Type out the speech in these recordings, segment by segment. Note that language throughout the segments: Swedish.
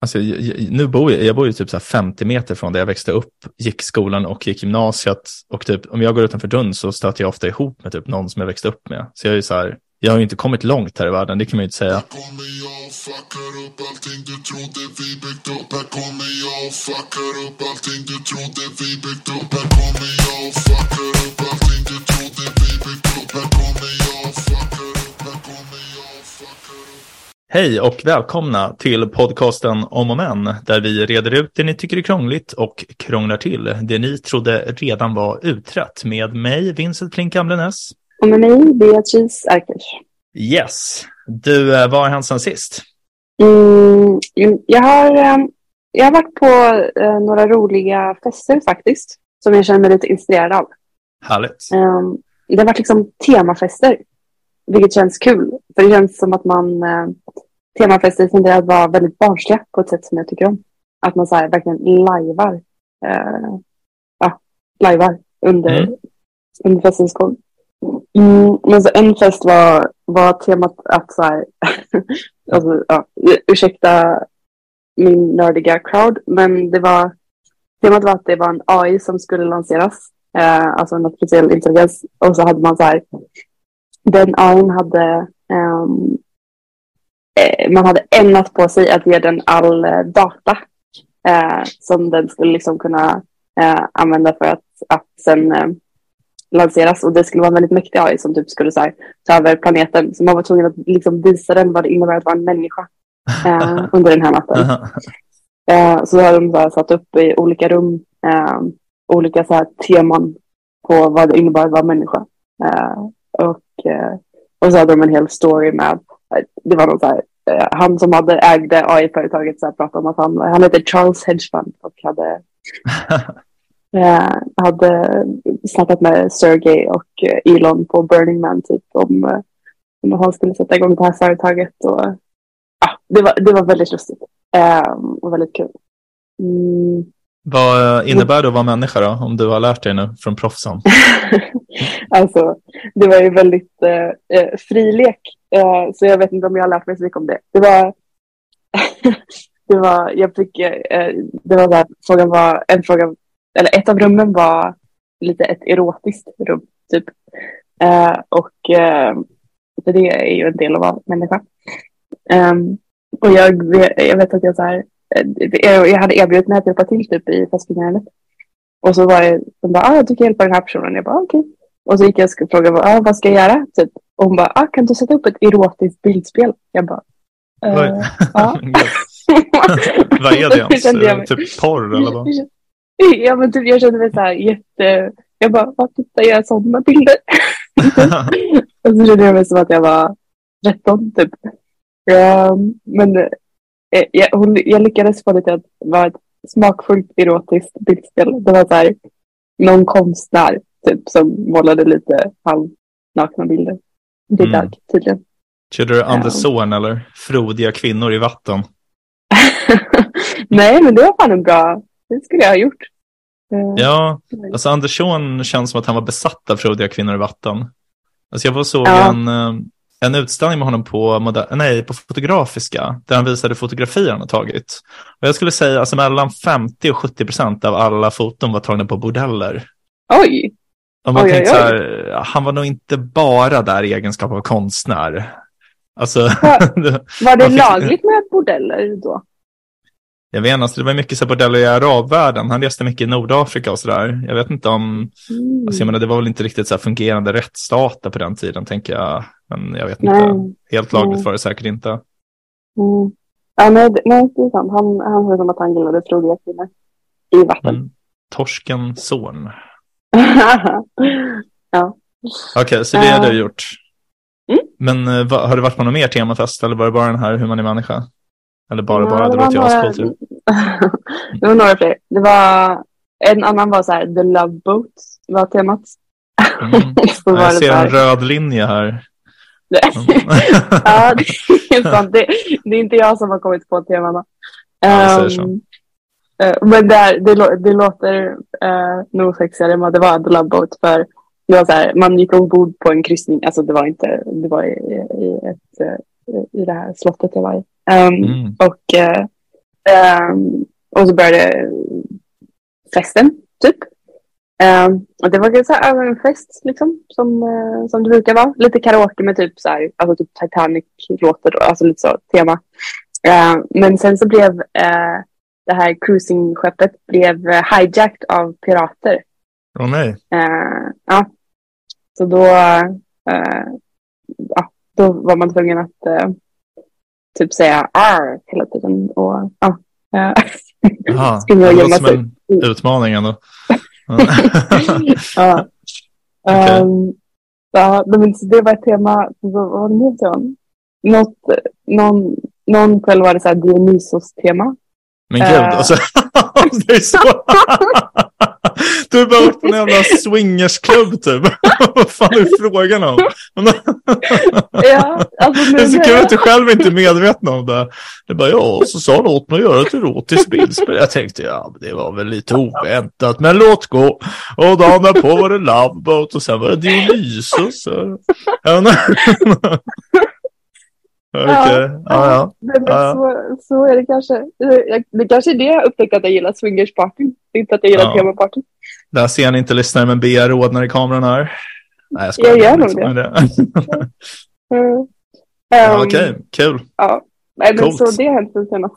Alltså, jag bor ju typ så här 50 meter från där jag växte upp, gick skolan och gick gymnasiet. Och typ, om jag går utanför dörren så stöter jag ofta ihop med typ någon som jag växte upp med. Så jag är ju så här, jag har ju inte kommit långt här i världen, det kan man ju inte säga. Här kommer jag och fuckar upp allting du trodde vi byggt upp. Här kommer jag och fuckar upp allting du trodde vi byggt upp. Här kommer jag och fuckar upp allting du trodde vi byggt upp. Här kommer jag och fuckar upp, här kommer jag och fuckar upp. Hej och välkomna till podcasten Om och Men, där vi reder ut det ni tycker är krångligt och krånglar till det ni trodde redan var utrett. Med mig, Vincent Flink Amlenäs. Och med mig, Beatrice Arkers. Yes. Du, vad har hänt sen sist? Jag har varit på några roliga fester faktiskt, som jag känner mig lite inspirerad av. Härligt. Det har varit liksom temafester, vilket känns kul. För det känns som att temafester tenderar att vara väldigt barnsliga på ett sätt som jag tycker om. Att man så här verkligen lajvar under festens gång. Men så en fest var temat att så här, alltså, ursäkta min nördiga crowd, men temat var att det var en AI som skulle lanseras, alltså en artificiell intelligens, och så hade man så här, den AI hade man hade ämnat på sig att ge den all data som den skulle liksom kunna använda för att sen lanseras, och det skulle vara en väldigt mäktig AI som typ skulle så här, ta över planeten, så man var tvungen att liksom visa den vad det innebär att vara en människa under den här natten. Så då hade de så här satt upp i olika rum olika så här teman på vad det innebär att vara människa, och så hade de en hel story med, det var någon så här, han som ägde AI-företaget så här, pratade om att han heter Charles Hedgefund och hade snackat med Sergey och Elon på Burning Man typ om han skulle sätta igång det här företaget, och det var väldigt lustigt och väldigt kul. Vad innebär det att vara människa då, om du har lärt dig nu från proffsen? Alltså, det var ju väldigt frilek, så jag vet inte om jag har lärt mig så mycket om det. Det var så här, frågan var en fråga, eller ett av rummen var lite ett erotiskt rum typ, och för det är ju en del av att vara människa. Och jag vet att jag så här, jag hade erbjudit mig att hjälpa till typ i festfinalet, och så var det de bara, du kan hjälpa den här personen. Jag bara okej. Och så gick jag och frågade vad ska jag göra typ, och hon bara, kan du sätta upp ett erotiskt bildspel? Jag bara ja. Vad är det ens? Typ porr eller vad? Ja, men typ jag kände mig så här jag bara, titta, jag sådana bilder. Och så kände jag mig som att jag var 13 typ. Men jag lyckades få det till att vara ett smakfullt erotiskt bildspel. Det var så här, någon konstnär typ som målade lite halvnakna bilder. Det är tydligen. Körde du Andersson eller frodiga kvinnor i vatten? Nej, men det var fan det skulle jag ha gjort. Ja, alltså Andersson känns som att han var besatt av frodiga kvinnor i vatten. Alltså jag såg en utställning med honom på Fotografiska, där han visade fotografier han har tagit. Och jag skulle säga alltså mellan 50 och 70% av alla foton var tagna på bordeller. Oj! Och man tänkte så här, han var nog inte bara där i egenskap av konstnär. Alltså, var det lagligt med bordeller då? Jag vet inte, alltså det var mycket så bordeller i arabvärlden. Han reste mycket i Nordafrika och sådär. Jag vet inte om... Alltså jag menar, det var väl inte riktigt så här fungerande rättsstater på den tiden, tänker jag. Men jag vet inte. Helt lagligt var det säkert inte. Ja, nej, det är sant. Han hörde som att han gillade frodiga kvinnor i vatten. Torsken son. Ja. Okej, så det har du gjort. Men har du varit på någon mer temafest, eller var det bara den här hur man är människa? Eller bara det låter jag askultur. Det var några fler. Det var en annan var så här, The Love Boat var temat. Jag ser en röd linje här. Ja, det är sant. Det är inte jag som har kommit på temana. Men det låter nog sexigare än vad det var, The Love Boat, för det var så här, man gick ombord på en kryssning. Alltså det var i det här slottet jag var i. Och Och så började festen, typ. Och det var så här en fest liksom, som det brukar vara. Lite karaoke med typ så här, alltså typ Titanic-låtar, alltså lite så tema. Men sen så blev det här cruising-skeppet blev hijacked av pirater. Åh nej. Ja. Så då var man tvungen att typ säga hela tiden och springa och gömma sig. Utmaning ändå. Ja. Men det var ett tema. Vad var det nu sen? Någon kväll var det så här Dionysos-tema. Men gud, alltså, det är så. Du är bara på en jävla swingersklubb typ. Vad fan är frågan om? Ja, alltså, det är så kul att du själv inte är medveten om det. Det är bara, så sa du åt mig att göra ett erotiskt bildspel. Jag tänkte, det var väl lite oväntat. Men låt gå. Och dagen därpå var det Love Boat och sen var det Dionysos. Okay. Så är det kanske. Det kanske är det jag upptäckte att jag gillar swingersparty. Inte att jag gillar temaparty. Där ser ni inte lyssnare, men Bea rodnar i kameran här. Nej, jag gör nog det. Okej, kul. Ja, men så det har hänt sen senast.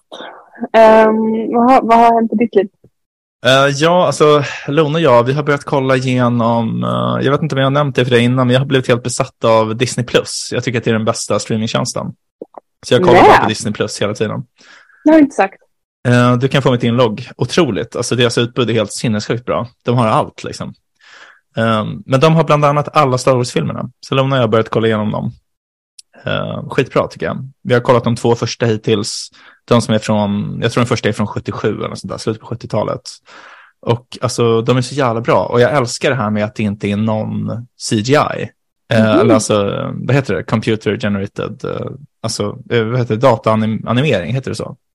Vad har hänt i ditt liv? Alltså Lona och jag, vi har börjat kolla igenom, jag vet inte om jag har nämnt det för dig innan, men jag har blivit helt besatt av Disney+. Jag tycker att det är den bästa streamingtjänsten. Så jag kollar bara på Disney+ hela tiden. Det har jag inte sagt. Du kan få mitt inlogg. Otroligt. Alltså deras utbud är helt sinnessjukt bra. De har allt liksom. Men de har bland annat alla Star Wars-filmerna. Så Lona och jag har börjat kolla igenom dem. Skitbra tycker jag. Vi har kollat de 2 första hittills. De som är från, jag tror den första är från 77 eller sånt där, slutet på 70-talet. Och alltså de är så jävla bra. Och jag älskar det här med att det inte är någon CGI. Eller alltså, vad heter det? Computer generated. Alltså, vad heter det? Dataanimering, heter det så?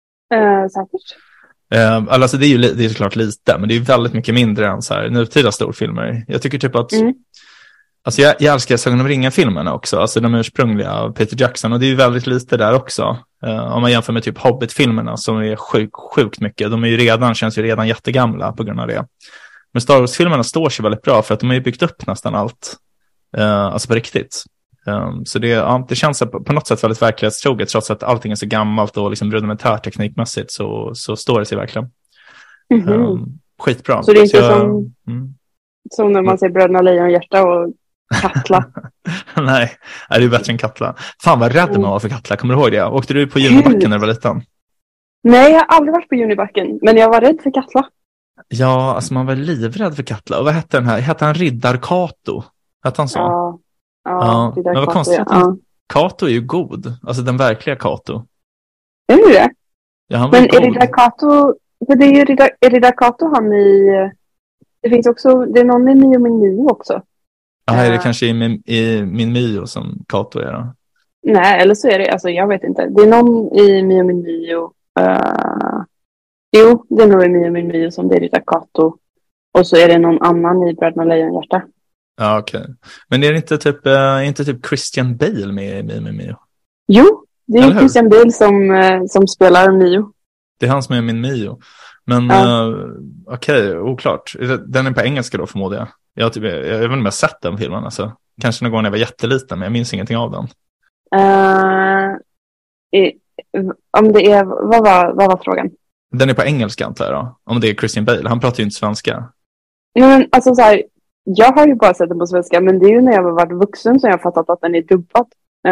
Säkert. Alltså det är såklart lite, men det är väldigt mycket mindre än så här nutida storfilmer. Jag tycker typ att alltså jag älskar Sagan om ringen-filmerna också. Alltså de ursprungliga av Peter Jackson. Och det är ju väldigt lite där också. Om man jämför med typ Hobbit-filmerna som är sjukt mycket. De är ju känns ju redan jättegamla på grund av det. Men Star Wars-filmerna står sig väldigt bra för att de har ju byggt upp nästan allt. Alltså på riktigt. Så det känns på något sätt väldigt verklighetstroget. Trots att allting är så gammalt och liksom rudimentärt teknikmässigt så står det sig verkligen. Skitbra. Så det är inte som när man ser Bröderna Lejonhjärta och Katla. Nej, det är bättre än Katla. Fan vad rädd man var för Katla, kommer du ihåg det? Åkte du på Junibacken när du var liten? Nej, jag har aldrig varit på Junibacken, men jag var rädd för Katla. Ja, alltså man var livrädd för Katla. Och vad hette den här? Hette han Riddar Kato? Hette han så? Ja, men vad konstigt. Kato är ju god. Alltså den verkliga Kato. Är det det? Ja, men är Riddar Kato, för det är ju Riddar Kato han i, det finns också, det är någon i Mio Min Mio också. Ja, är det kanske i Min Mio som Kato är då? Nej, eller så är det, alltså jag vet inte. Det är någon i Mio Min Mio. Jo, det är nog i Mio Min Mio som det är Riddar Kato. Och så är det någon annan i Bröderna Lejonhjärta. Ja, okej. Men är det inte typ Christian Bale med i Mio Min Mio? Jo, det är Christian Bale som spelar Mio. Det är han som är Min Mio. Men okej, oklart. Den är på engelska då förmodar jag. Jag vet inte om jag har sett den filmen. Alltså. Kanske någon gång när jag var jätteliten, men jag minns ingenting av den. Om det är, vad var frågan? Den är på engelska antar jag då. Om det är Christian Bale. Han pratar ju inte svenska. Men alltså så här, jag har ju bara sett den på svenska, men det är ju när jag var varit vuxen som jag har fattat att den är dubbad.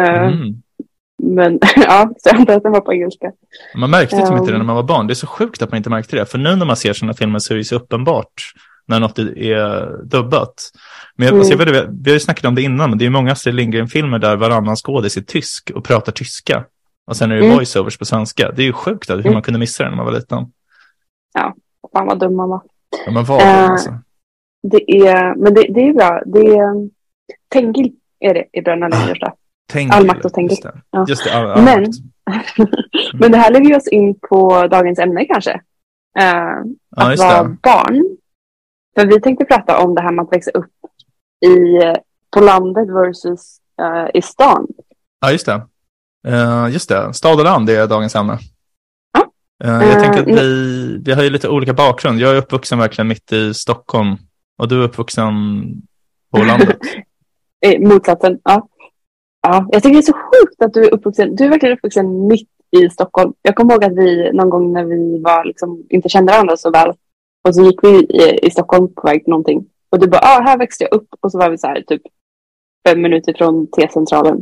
Men ja, så jag antar att den var på engelska. Man märkte typ inte det när man var barn. Det är så sjukt att man inte märkte det. För nu när man ser sådana filmer så är det så uppenbart när något är dubbat. Men alltså, vi har ju snackat om det innan, men det är ju många Astrid Lindgren-filmer där varannan skådis är tysk och pratar tyska. Och sen är det voiceovers på svenska. Det är ju sjukt hur man kunde missa det när man var liten. Ja, fan vad dum man var. Ja, man var alltså. Men det är bra. Det är Tengil är det i Bröderna Lejonhjärta. All makt och Tengil. Just det, all makt. Men det här lägger oss in på dagens ämne kanske. Att vara barn. För vi tänkte prata om det här med att växa upp på landet versus i stan. Ja, just det. Just det. Stad och land är dagens ämne. Ja, Jag tänker att vi har ju lite olika bakgrund. Jag är uppvuxen verkligen mitt i Stockholm. Och du är uppvuxen på landet. Motsatsen, ja. Ja, jag tycker det är så sjukt att du är uppvuxen. Du är verkligen uppvuxen mitt i Stockholm. Jag kommer ihåg att vi någon gång när vi var liksom, inte kände varandra så väl. Och så gick vi i Stockholm på väg till någonting. Och du bara, här växte jag upp. Och så var vi så här typ 5 minuter från T-centralen.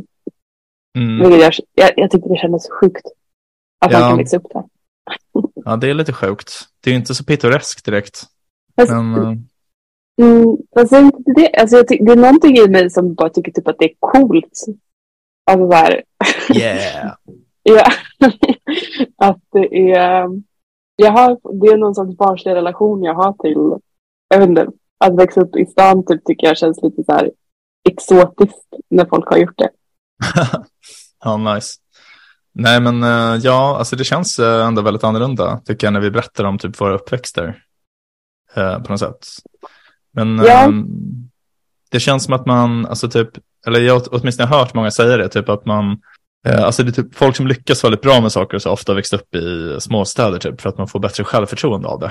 Jag tyckte det kändes sjukt. Att man kan växa upp där. Ja, det är lite sjukt. Det är ju inte så pittoreskt direkt. Fast, fast är inte det. Alltså, det är någonting i mig som bara tycker typ att det är coolt. Alltså så här. Yeah. Ja. Att det är... det är någon sorts barnslig relation jag har till... Jag vet inte. Att växa upp i stan typ, tycker jag känns lite så här exotiskt när folk har gjort det. Ja, nice. Nej, men alltså det känns ändå väldigt annorlunda tycker jag när vi berättar om typ våra uppväxter på något sätt. Men det känns som att man, alltså typ, eller jag åtminstone har hört många säga det, typ att man, alltså det är typ folk som lyckas väldigt bra med saker så ofta växt upp i småstäder typ för att man får bättre självförtroende av det.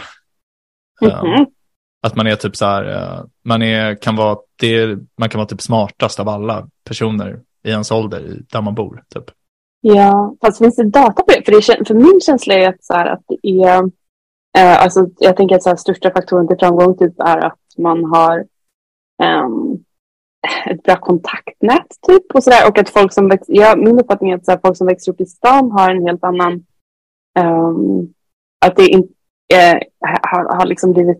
Att man är typ så här, man kan vara typ smartast av alla personer i ens ålder där man bor typ. Ja, fast finns det data på det? För min känsla är att, så här, att det är... alltså, jag tänker att så här, största faktorn till framgång typ är att man har ett bra kontaktnät typ och sådär. Och att folk som växer... min uppfattning är att så här, folk som växer upp i stan har en helt annan... att det inte har liksom blivit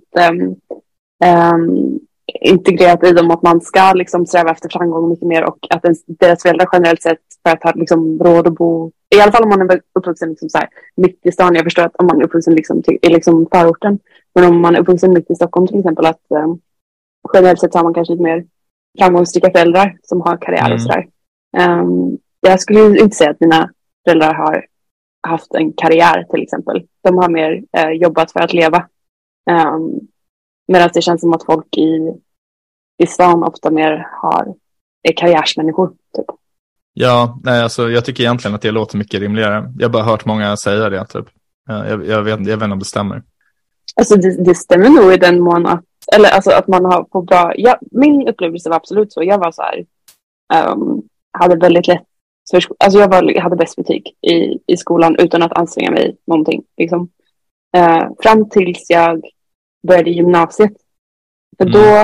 integrerat i dem att man ska liksom sträva efter framgång mycket mer och att deras föräldrar generellt sett för att ha liksom råd att bo, i alla fall om man är uppvuxen liksom så här, mitt i stan. Jag förstår att om man är uppvuxen liksom i liksom förorten, men om man är uppvuxen mitt i Stockholm till exempel, att generellt sett har man kanske lite mer framgångsrika föräldrar som har karriär och sådär. Jag skulle inte säga att mina föräldrar har haft en karriär till exempel. De har mer jobbat för att leva. Medan det känns som att folk i stan ofta mer är karriärsmänniskor typ. Ja, nej, alltså jag tycker egentligen att det låter mycket rimligare. Jag har bara hört många säga det typ. Jag vet inte om det stämmer. Alltså det stämmer nog i den mån att, eller alltså att man har på bra... min upplevelse var absolut så. Jag var så här, hade väldigt lätt... Alltså jag hade bäst betyg i skolan utan att anstränga mig någonting. Liksom. Fram tills jag började gymnasiet. För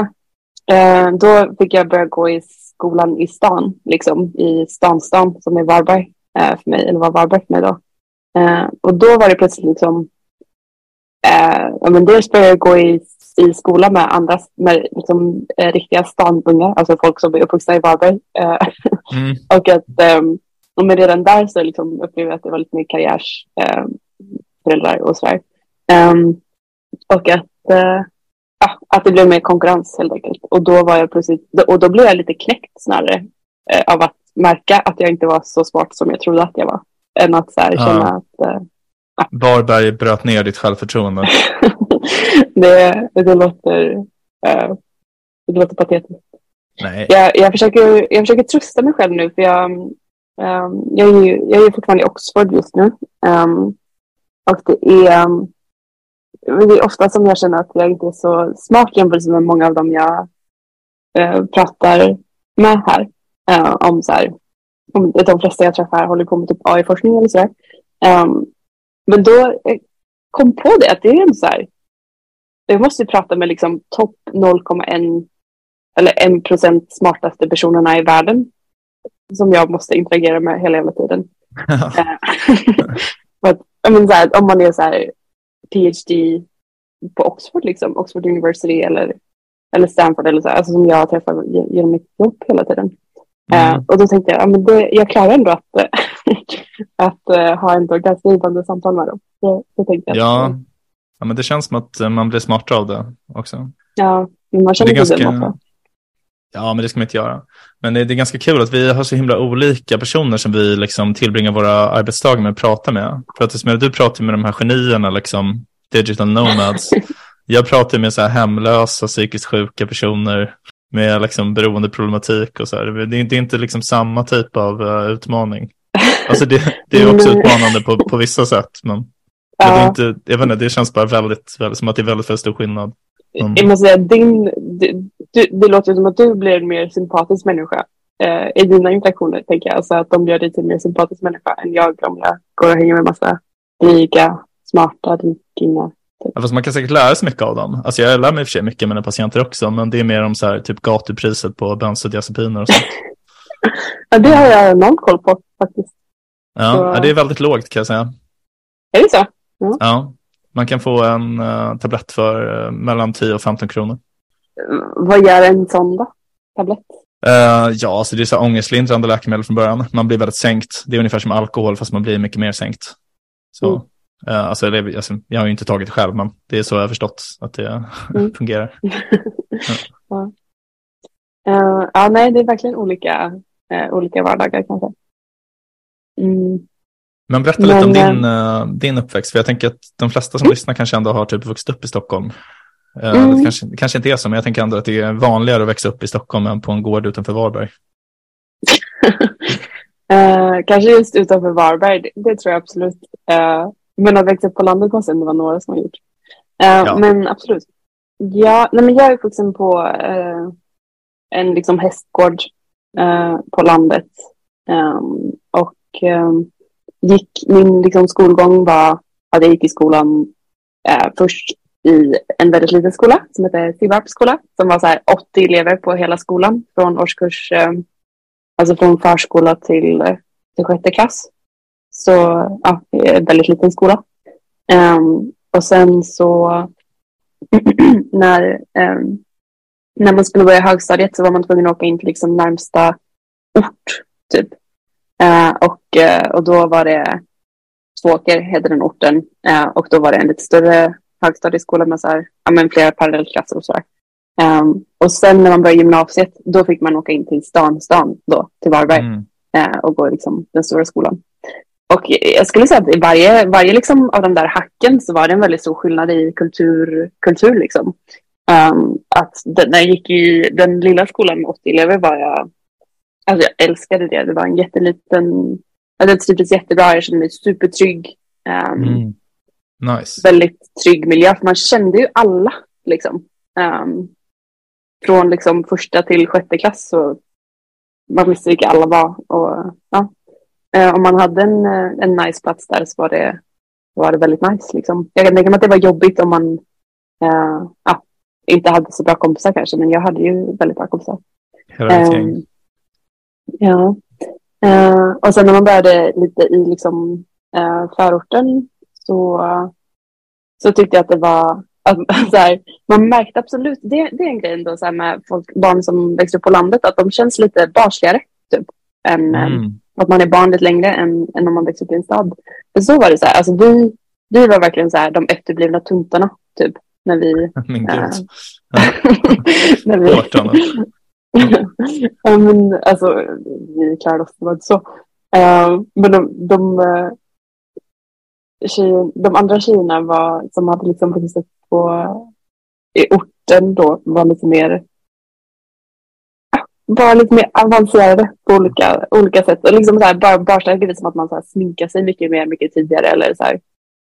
då fick jag börja gå i skolan i stan. Liksom, i stan som är Varberg för mig. Eller var Varberg för mig då. Och då var det plötsligt liksom... men dels började jag gå i skola med liksom, riktiga stanungar. Alltså folk som är uppvuxna i Varberg. Och att men redan där så liksom upplevde jag att det var lite mer karriärsföräldrar och sådär. Och att det blev mer konkurrens helt enkelt. Och då var jag då blev jag lite knäckt snarare av att märka att jag inte var så smart som jag trodde att jag var. Än att så här, känna att... Varberg bröt ner ditt självförtroende. det låter patetiskt. Nej. Jag försöker trösta mig själv nu, för jag är fortfarande i Oxford just nu. Och det är ofta som jag känner att jag inte är så smart jämfört med många av dem jag pratar med här. Om så här, om de flesta jag träffar håller på med typ AI-forskning eller sådär. Men då kom på det att det är så här, jag måste prata med liksom topp 0,1 eller 1% smartaste personerna i världen som jag måste interagera med hela jävla tiden. Men så här, om man är så här PhD på Oxford liksom, Oxford University eller Stanford eller så, alltså som jag träffar genom mitt jobb hela tiden. Och då tänkte jag, men jag klarar ändå att ha en ganska givande samtal med dem. Så tänkte jag. Ja, men det känns som att man blir smartare av det också. Ja, men man känner inte det. Ja, men det ska man inte göra. Men det är ganska kul att vi har så himla olika personer som vi liksom tillbringar våra arbetsdagar med att prata med. För att du pratar med de här genierna, liksom digital nomads. Jag pratar med så här hemlösa, psykiskt sjuka personer med liksom beroendeproblematik och så här. Det är inte liksom samma typ av utmaning. Alltså det är också utmanande på vissa sätt. Men... Men det är inte, jag vet inte, det känns bara väldigt, väldigt som att det är väldigt, väldigt stor skillnad. Jag måste säga, det låter som att du blir en mer sympatisk människa i dina interaktioner, tänker jag. Alltså att de gör dig till en mer sympatisk människa än jag om jag går och hänger med massa dryga, smarta rikingar. Ja, fast man kan säkert lära sig mycket av dem. Alltså jag lär mig i och för sig mycket med mina patienter också, men det är mer om så här, typ gatupriset på bensodiazepiner och sånt. Ja, det har jag någon koll på faktiskt. Ja, det är väldigt lågt kan jag säga. Är det så? Ja, man kan få en tablett för mellan 10 och 15 kronor. Vad gör en sån då? Tablett? Ja, alltså det är så ångestlindrande läkemedel från början. Man blir väldigt sänkt. Det är ungefär som alkohol fast man blir mycket mer sänkt. Så, alltså, jag har ju inte tagit det själv, men det är så jag har förstått att det fungerar. Ja, nej, det är verkligen olika vardagar kanske. Men berätta lite om din uppväxt, för jag tänker att de flesta som lyssnar kanske ändå har typ vuxit upp i Stockholm. Det kanske inte är så, men jag tänker ändå att det är vanligare att växa upp i Stockholm än på en gård utanför Varberg. Kanske just utanför Varberg, det tror jag absolut. Men att växa upp på landet måste ändå vara några som har gjort. Ja. Men absolut. Ja, nej, men jag är uppvuxen på en liksom hästgård på landet. Och min liksom skolgång var att jag gick i skolan först i en väldigt liten skola som heter Sivarps skola, som var så här 80 elever på hela skolan från årskurs, alltså från förskola till 6:e klass. Så ja, det är en väldigt liten skola. Och sen så när man skulle börja högstadiet så var man tvungen att åka in till liksom närmsta ort typ. Och då var det Svåker, heter den orten. Och då var det en lite större högstadieskola med så här, ja, men flera parallellklasser och så här. Och sen när man började gymnasiet, då fick man åka in till stan då, till Varberg. Och gå liksom den stora skolan. Och jag skulle säga att i varje liksom av de där hacken så var det en väldigt stor skillnad i kultur liksom. Att när jag gick i den lilla skolan med 80 elever jag älskade det. Det var en jätteliten, det trivdes jättebra, jag kände mig supertrygg. Nice. Väldigt trygg miljö, för man kände ju alla liksom. Från liksom 1:a till 6:e klass, så man visste vilka alla var. Och ja, om man hade en nice plats där så var det väldigt nice liksom. Jag kan tänka mig att det var jobbigt om man inte hade så bra kompisar kanske, men jag hade ju väldigt bra kompisar. Ja. Och sen när man började lite i liksom förorten så tyckte jag att det var så här, man märkte absolut, det är en grej ändå så här med barn som växer upp på landet, att de känns lite barnsligare typ än att man är barn lite längre än om man växer upp i en stad. För så var det så här, alltså vi var verkligen så här de efterblivna tuntarna typ när vi min gud. när vi ja, men alltså vi klarade oss, det var inte så. Men de andra tjejerna som hade liksom vuxit i orten då var lite mer avancerade på olika sätt. Och liksom så här, bara det som att man så här sminkar sig mycket tidigare eller så här.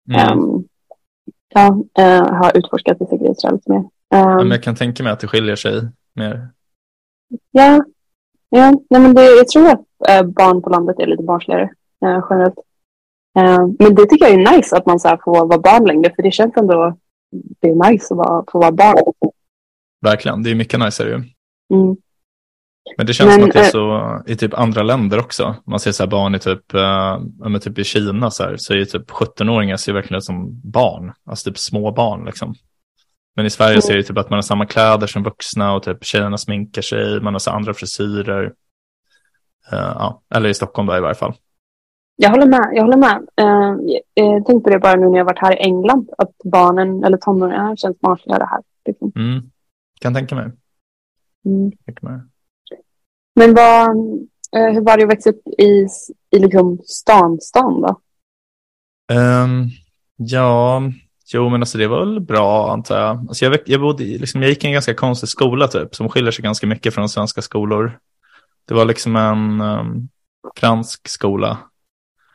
Har utforskat vissa grejer lite mer. Men jag kan tänka mig att det skiljer sig mer. Ja, nej, men jag tror att barn på landet är lite barnsligare generellt. Men det tycker jag är nice att man så här får vara barn längre, för det känns ändå det är nice att få vara barn. Verkligen, det är mycket nice ju. Men det känns som att det är så i typ andra länder också. Man ser så här barn i typ i Kina så är ju typ 17-åringar ser verkligen ut som barn, alltså typ små barn liksom. Men i Sverige ser det typ att man har samma kläder som vuxna och typ tjejerna sminkar sig, man har så andra frisyrer. Eller i Stockholm då i varje fall. Jag håller med. Jag tänkte på det bara nu när jag varit här i England, att barnen eller tonåringarna känns barnsligare här. Liksom. Kan tänka mig. Men hur var det att växa upp i liksom stan då? Men alltså det var väl bra antar jag. Alltså jag gick i en ganska konstig skola typ, som skiljer sig ganska mycket från svenska skolor. Det var liksom en fransk skola.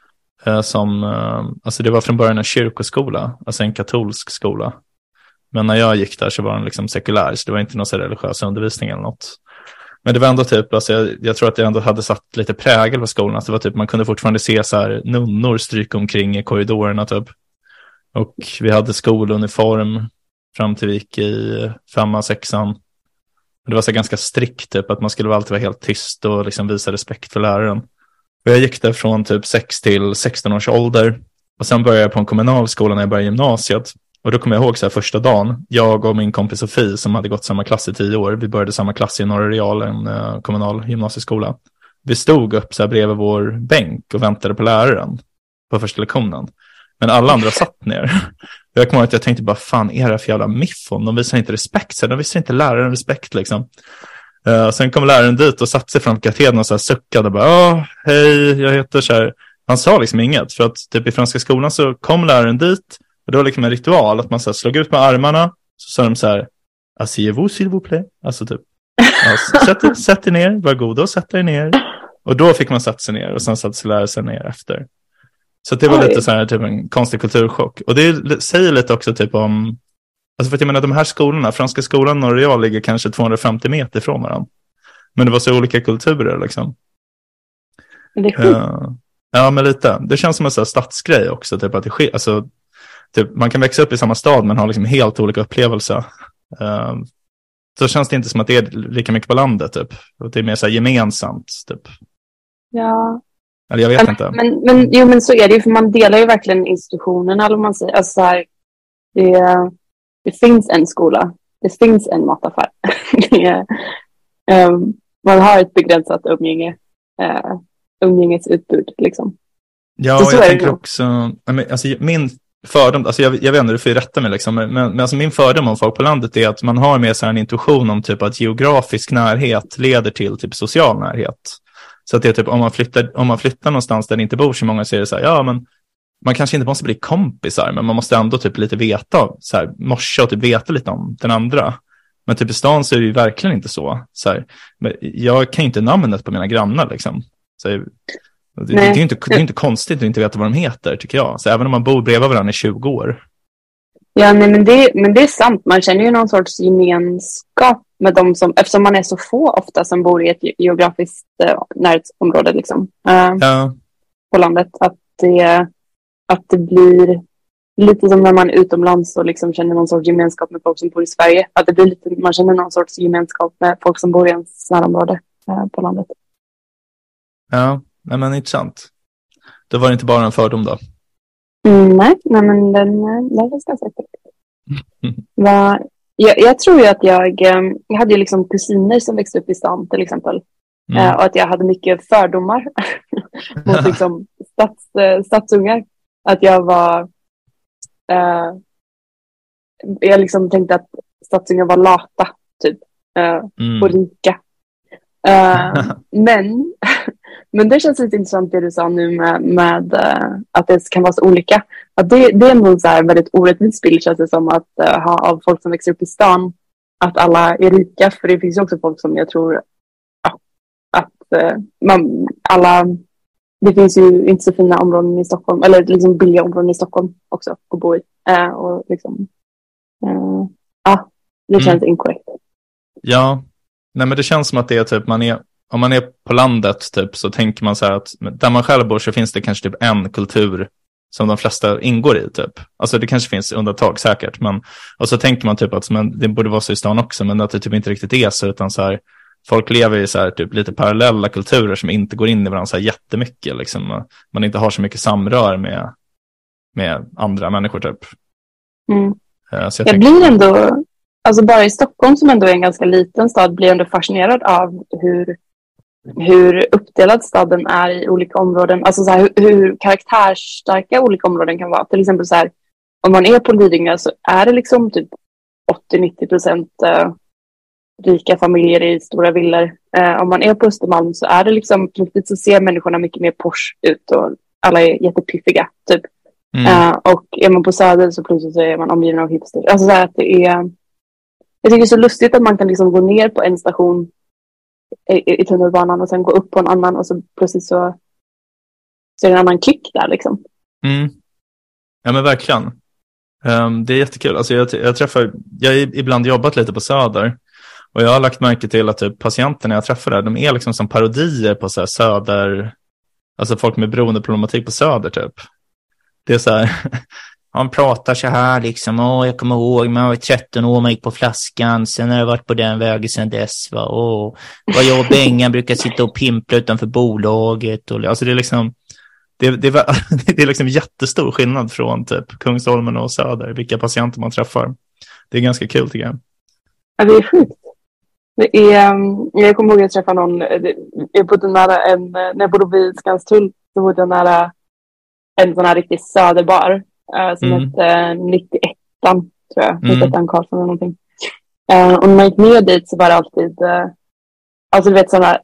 Alltså det var från början en kyrkoskola, alltså en katolsk skola. Men när jag gick där så var den liksom sekulär, så det var inte någon så religiös undervisning eller något. Men det var ändå typ, alltså jag tror att det ändå hade satt lite prägel på skolan. Att det var typ, man kunde fortfarande se så här nunnor stryka omkring i korridorerna typ. Och vi hade skoluniform fram till vi gick i 5:an, 6:an. Det var så ganska strikt typ, att man skulle alltid vara helt tyst och liksom visa respekt för läraren. Och jag gick där från typ 6 till 16 års ålder. Och sen började jag på en kommunal skola när jag började gymnasiet. Och då kommer jag ihåg så här första dagen, jag och min kompis Sofie som hade gått samma klass i 10 år, vi började samma klass i Norra Real, en kommunal gymnasieskola. Vi stod upp så här bredvid vår bänk och väntade på läraren på första lektionen. Men alla andra satt ner. Jag kommer ihåg att jag tänkte bara, fan är det för jävla miffon? De visar inte respekt, så de visar inte läraren respekt liksom. Sen kom läraren dit och satte sig framför katedern och så här suckade och bara, hej, jag heter så här. Han sa liksom inget, för att typ i franska skolan så kom läraren dit. Och det var liksom en ritual att man så här slog ut med armarna. Så sa de så här, asseyez-vous s'il vous plaît. Alltså typ, sätt er ner, var goda och sätt er ner. Och då fick man sätta sig ner och sen satte sig läraren sig ner efter. Så det var lite så här typ en konstig kulturchock. Och det säger lite också typ om, alltså för att jag menar de här skolorna, franska skolan och Norra Real ligger kanske 250 meter från varandra. Men det var så olika kulturer liksom. Det är sjukt. Ja, men lite. Det känns som en sån här stadsgrej också. Typ att det sker, alltså, typ, man kan växa upp i samma stad men ha liksom helt olika upplevelser. Så känns det inte som att det är lika mycket på landet. Typ. Och det är mer så här gemensamt. Typ. Ja. Eller jag vet inte. Men så är det ju. För man delar ju verkligen institutionerna. Eller man säger. Alltså så här, det finns en skola. Det finns en mataffär. Man har ett begränsat umgängesutbud liksom. Ja, och jag tänker också, alltså min fördom, alltså jag vet inte, du får ju rätta mig liksom, men alltså min fördom om folk på landet är att man har med sig en intuition om typ att geografisk närhet leder till typ social närhet. Så att det är typ, om man flyttar någonstans där det inte bor så många, så är det så här, ja men man kanske inte måste bli kompisar, men man måste ändå typ lite veta, så här, morsa och typ veta lite om den andra. Men typ i stan så är det ju verkligen inte så här, men jag kan ju inte namnet på mina grannar liksom. Så det är inte konstigt att inte veta vad de heter, tycker jag. Så även om man bor bredvid varandra i 20 år. Ja, nej, men det är sant. Man känner ju någon sorts gemenskap med dem som, eftersom man är så få ofta som bor i ett geografiskt närhetsområde liksom, på landet. Att det blir lite som när man är utomlands och liksom känner någon sorts gemenskap med folk som bor i Sverige. Att det blir lite, man känner någon sorts gemenskap med folk som bor i ens närområde på landet. Ja, men intressant. Då var det inte bara en fördom då. Nej, men den är ganska säkert. Jag tror ju att jag hade ju liksom kusiner som växte upp i stan till exempel. Och att jag hade mycket fördomar mot liksom stadsungar. Att jag var jag liksom tänkte att stadsungar var lata typ och rika. Men det känns lite intressant det du sa nu med att det kan vara så olika. Att det är en så här väldigt orättvis bild, känns det som, att ha av folk som växer upp i stan, att alla är rika. För det finns ju också folk som jag tror det finns ju inte så fina områden i Stockholm, eller liksom billiga områden i Stockholm också att bo i. Och liksom det känns inkorrekt. Ja, nej men det känns som att det är typ, om man är på landet typ, så tänker man så här att där man själv bor så finns det kanske typ en kultur som de flesta ingår i typ. Alltså det kanske finns undantag säkert, men och så tänker man typ att det borde vara så i stan också, men att det typ inte riktigt är så, utan så här, folk lever i så här typ lite parallella kulturer som inte går in i varandra så här jättemycket liksom. Man inte har så mycket samrör med andra människor typ. Så jag blir ändå, alltså bara i Stockholm som ändå är en ganska liten stad, blir jag ändå fascinerad av hur uppdelad staden är i olika områden. Alltså så här, hur karaktärsstarka olika områden kan vara. Till exempel så här, om man är på Lidingö så är det liksom typ 80-90% rika familjer i stora villor. Om man är på Östermalm så är det liksom, plötsligt så ser människorna mycket mer Porsche ut och alla är jättepiffiga typ. Och är man på Söder så plötsligt så är man omgiven av hipster. Alltså så här, att det är, jag tycker det är så lustigt att man kan liksom gå ner på en station i tunnelbanan och sen gå upp på en annan och så plötsligt så så är det en annan klick där liksom. Mm. Ja men verkligen. Det är jättekul. Alltså jag har ibland jobbat lite på Söder. Och jag har lagt märke till att typ patienterna jag träffar där, de är liksom som parodier på så här Söder. Alltså folk med beroendeproblematik på Söder typ. Det är så här, han pratar så här liksom, jag kommer ihåg, man var 13 år, man gick på flaskan, sen har jag varit på den vägen sedan dess, va. Vad jag och Bengan brukar sitta och pimpla utanför bolaget. Och, alltså det är liksom, det är liksom jättestor skillnad från typ Kungsholmen och Söder, vilka patienter man träffar. Det är ganska kul tycker jag. Ja, det är sjukt. Jag kommer ihåg att jag träffade någon, jag bodde nära när jag bodde vid Skanstull, så bodde jag nära en sån här riktig söderbar som hette 91 tror jag, 91 Karlsson eller någonting. Och när man gick ner dit så var det alltid alltså du vet sådana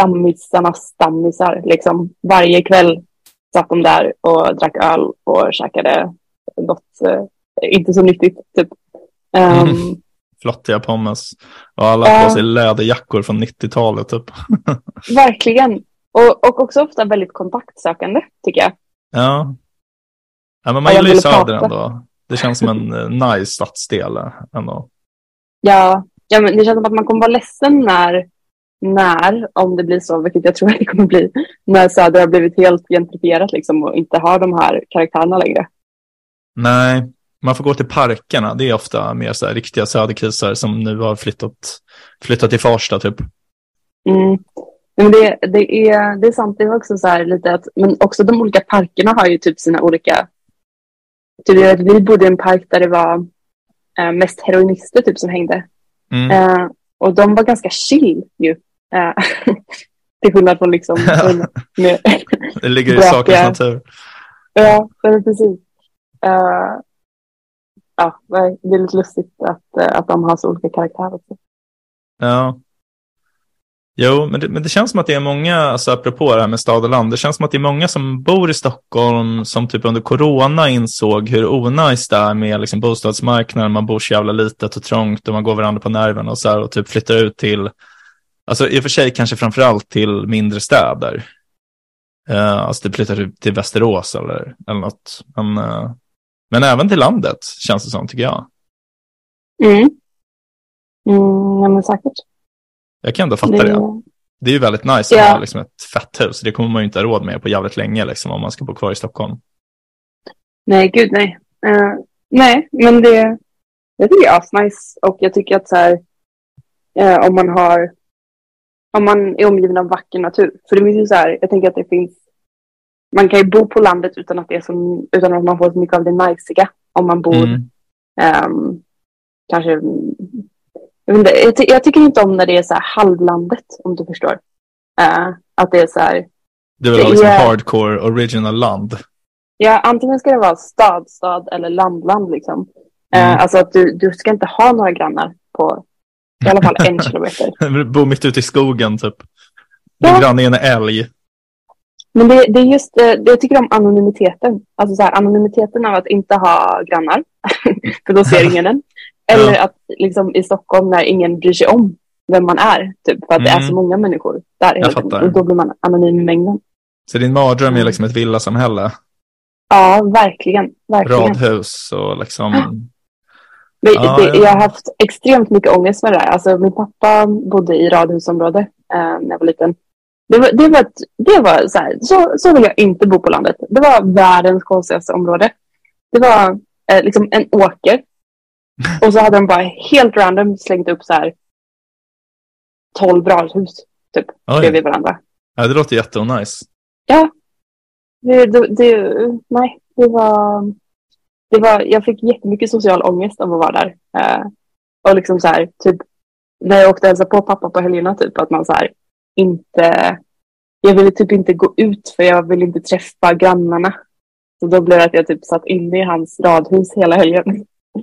stammisar liksom. Varje kväll satt de där och drack öl och käkade gott, inte så nyttigt typ. Flottiga pommes och alla på sig läderjackor från 90-talet typ. Verkligen. Och också ofta väldigt kontaktsökande tycker jag. Ja men man gillar ju Söder ändå. Det känns som en nice stadsdel ändå. Ja, men det känns som att man kommer vara ledsen när om det blir så, vilket jag tror att det kommer bli, när Söder har blivit helt gentrifierat liksom och inte har de här karaktärerna längre. Nej, man får gå till parkerna. Det är ofta mer så här riktiga söderkisar som nu har flyttat till Farsta typ. Men det är sant, det är också så här lite att, men också de olika parkerna har ju typ sina olika, typ vi bodde i en park där det var mest heroinister typ som hängde. Och de var ganska chill ju. Till skillnad från liksom med det ligger i sakens natur. Ja, precis. Det är lite lustigt att de har så olika karaktärer också. Ja. Jo, men det känns som att det är många, alltså apropå det här med stad och land, det känns som att det är många som bor i Stockholm som typ under corona insåg hur onajs det är med liksom bostadsmarknaden. Man bor så jävla litet och trångt och man går varandra på nerven och så här, och typ flyttar ut till, alltså i och för sig kanske framförallt till mindre städer. Alltså typ flyttar till Västerås eller något. Men även till landet känns det som, tycker jag. Ja, men säkert. Jag kan ändå fatta det. Det är ju väldigt nice att ha liksom ett fett hus. Det kommer man ju inte ha råd med på jävligt länge liksom, om man ska bo kvar i Stockholm. Nej, gud nej. Nej, men det tycker jag är asnice. Och jag tycker att så här, om man är omgiven av vacker natur. För det finns ju så här, jag tänker att det finns, man kan ju bo på landet utan att man får så mycket av det najsiga. Om man bor kanske, jag tycker inte om när det är så här halvlandet, om du förstår. Att det är så här, det är väl liksom hardcore original land. Ja, antingen ska det vara stad eller land liksom. Alltså att du ska inte ha några grannar på i alla fall 1 kilometer. Bo mitt ute i skogen typ. Granne är en älg. Men det är just det jag tycker om anonymiteten. Alltså så här, anonymiteten av att inte ha grannar. För då ser ingen den. Eller att liksom i Stockholm när ingen bryr sig om vem man är. Typ, för att det är så många människor där. Och då blir man anonym i mängden. Så din mardröm är liksom ett villasamhälle? Ja, verkligen. Radhus och liksom... Jag har haft extremt mycket ångest med det där. Alltså min pappa bodde i radhusområde när jag var liten. Det var så här, så vill jag inte bo på landet. Det var världens konstigaste område. Det var liksom en åker. Och så hade de bara helt random slängt upp så här 12 radhus typ bredvid varandra. Ja, det låter jätteonice. Ja. Jag fick jättemycket social ångest av att vara där. Och liksom så här, typ när jag åkte hälsa på pappa på helgerna typ, att man så här jag ville typ inte gå ut för jag ville inte träffa grannarna. Så då blev det att jag typ satt inne i hans radhus hela helgen.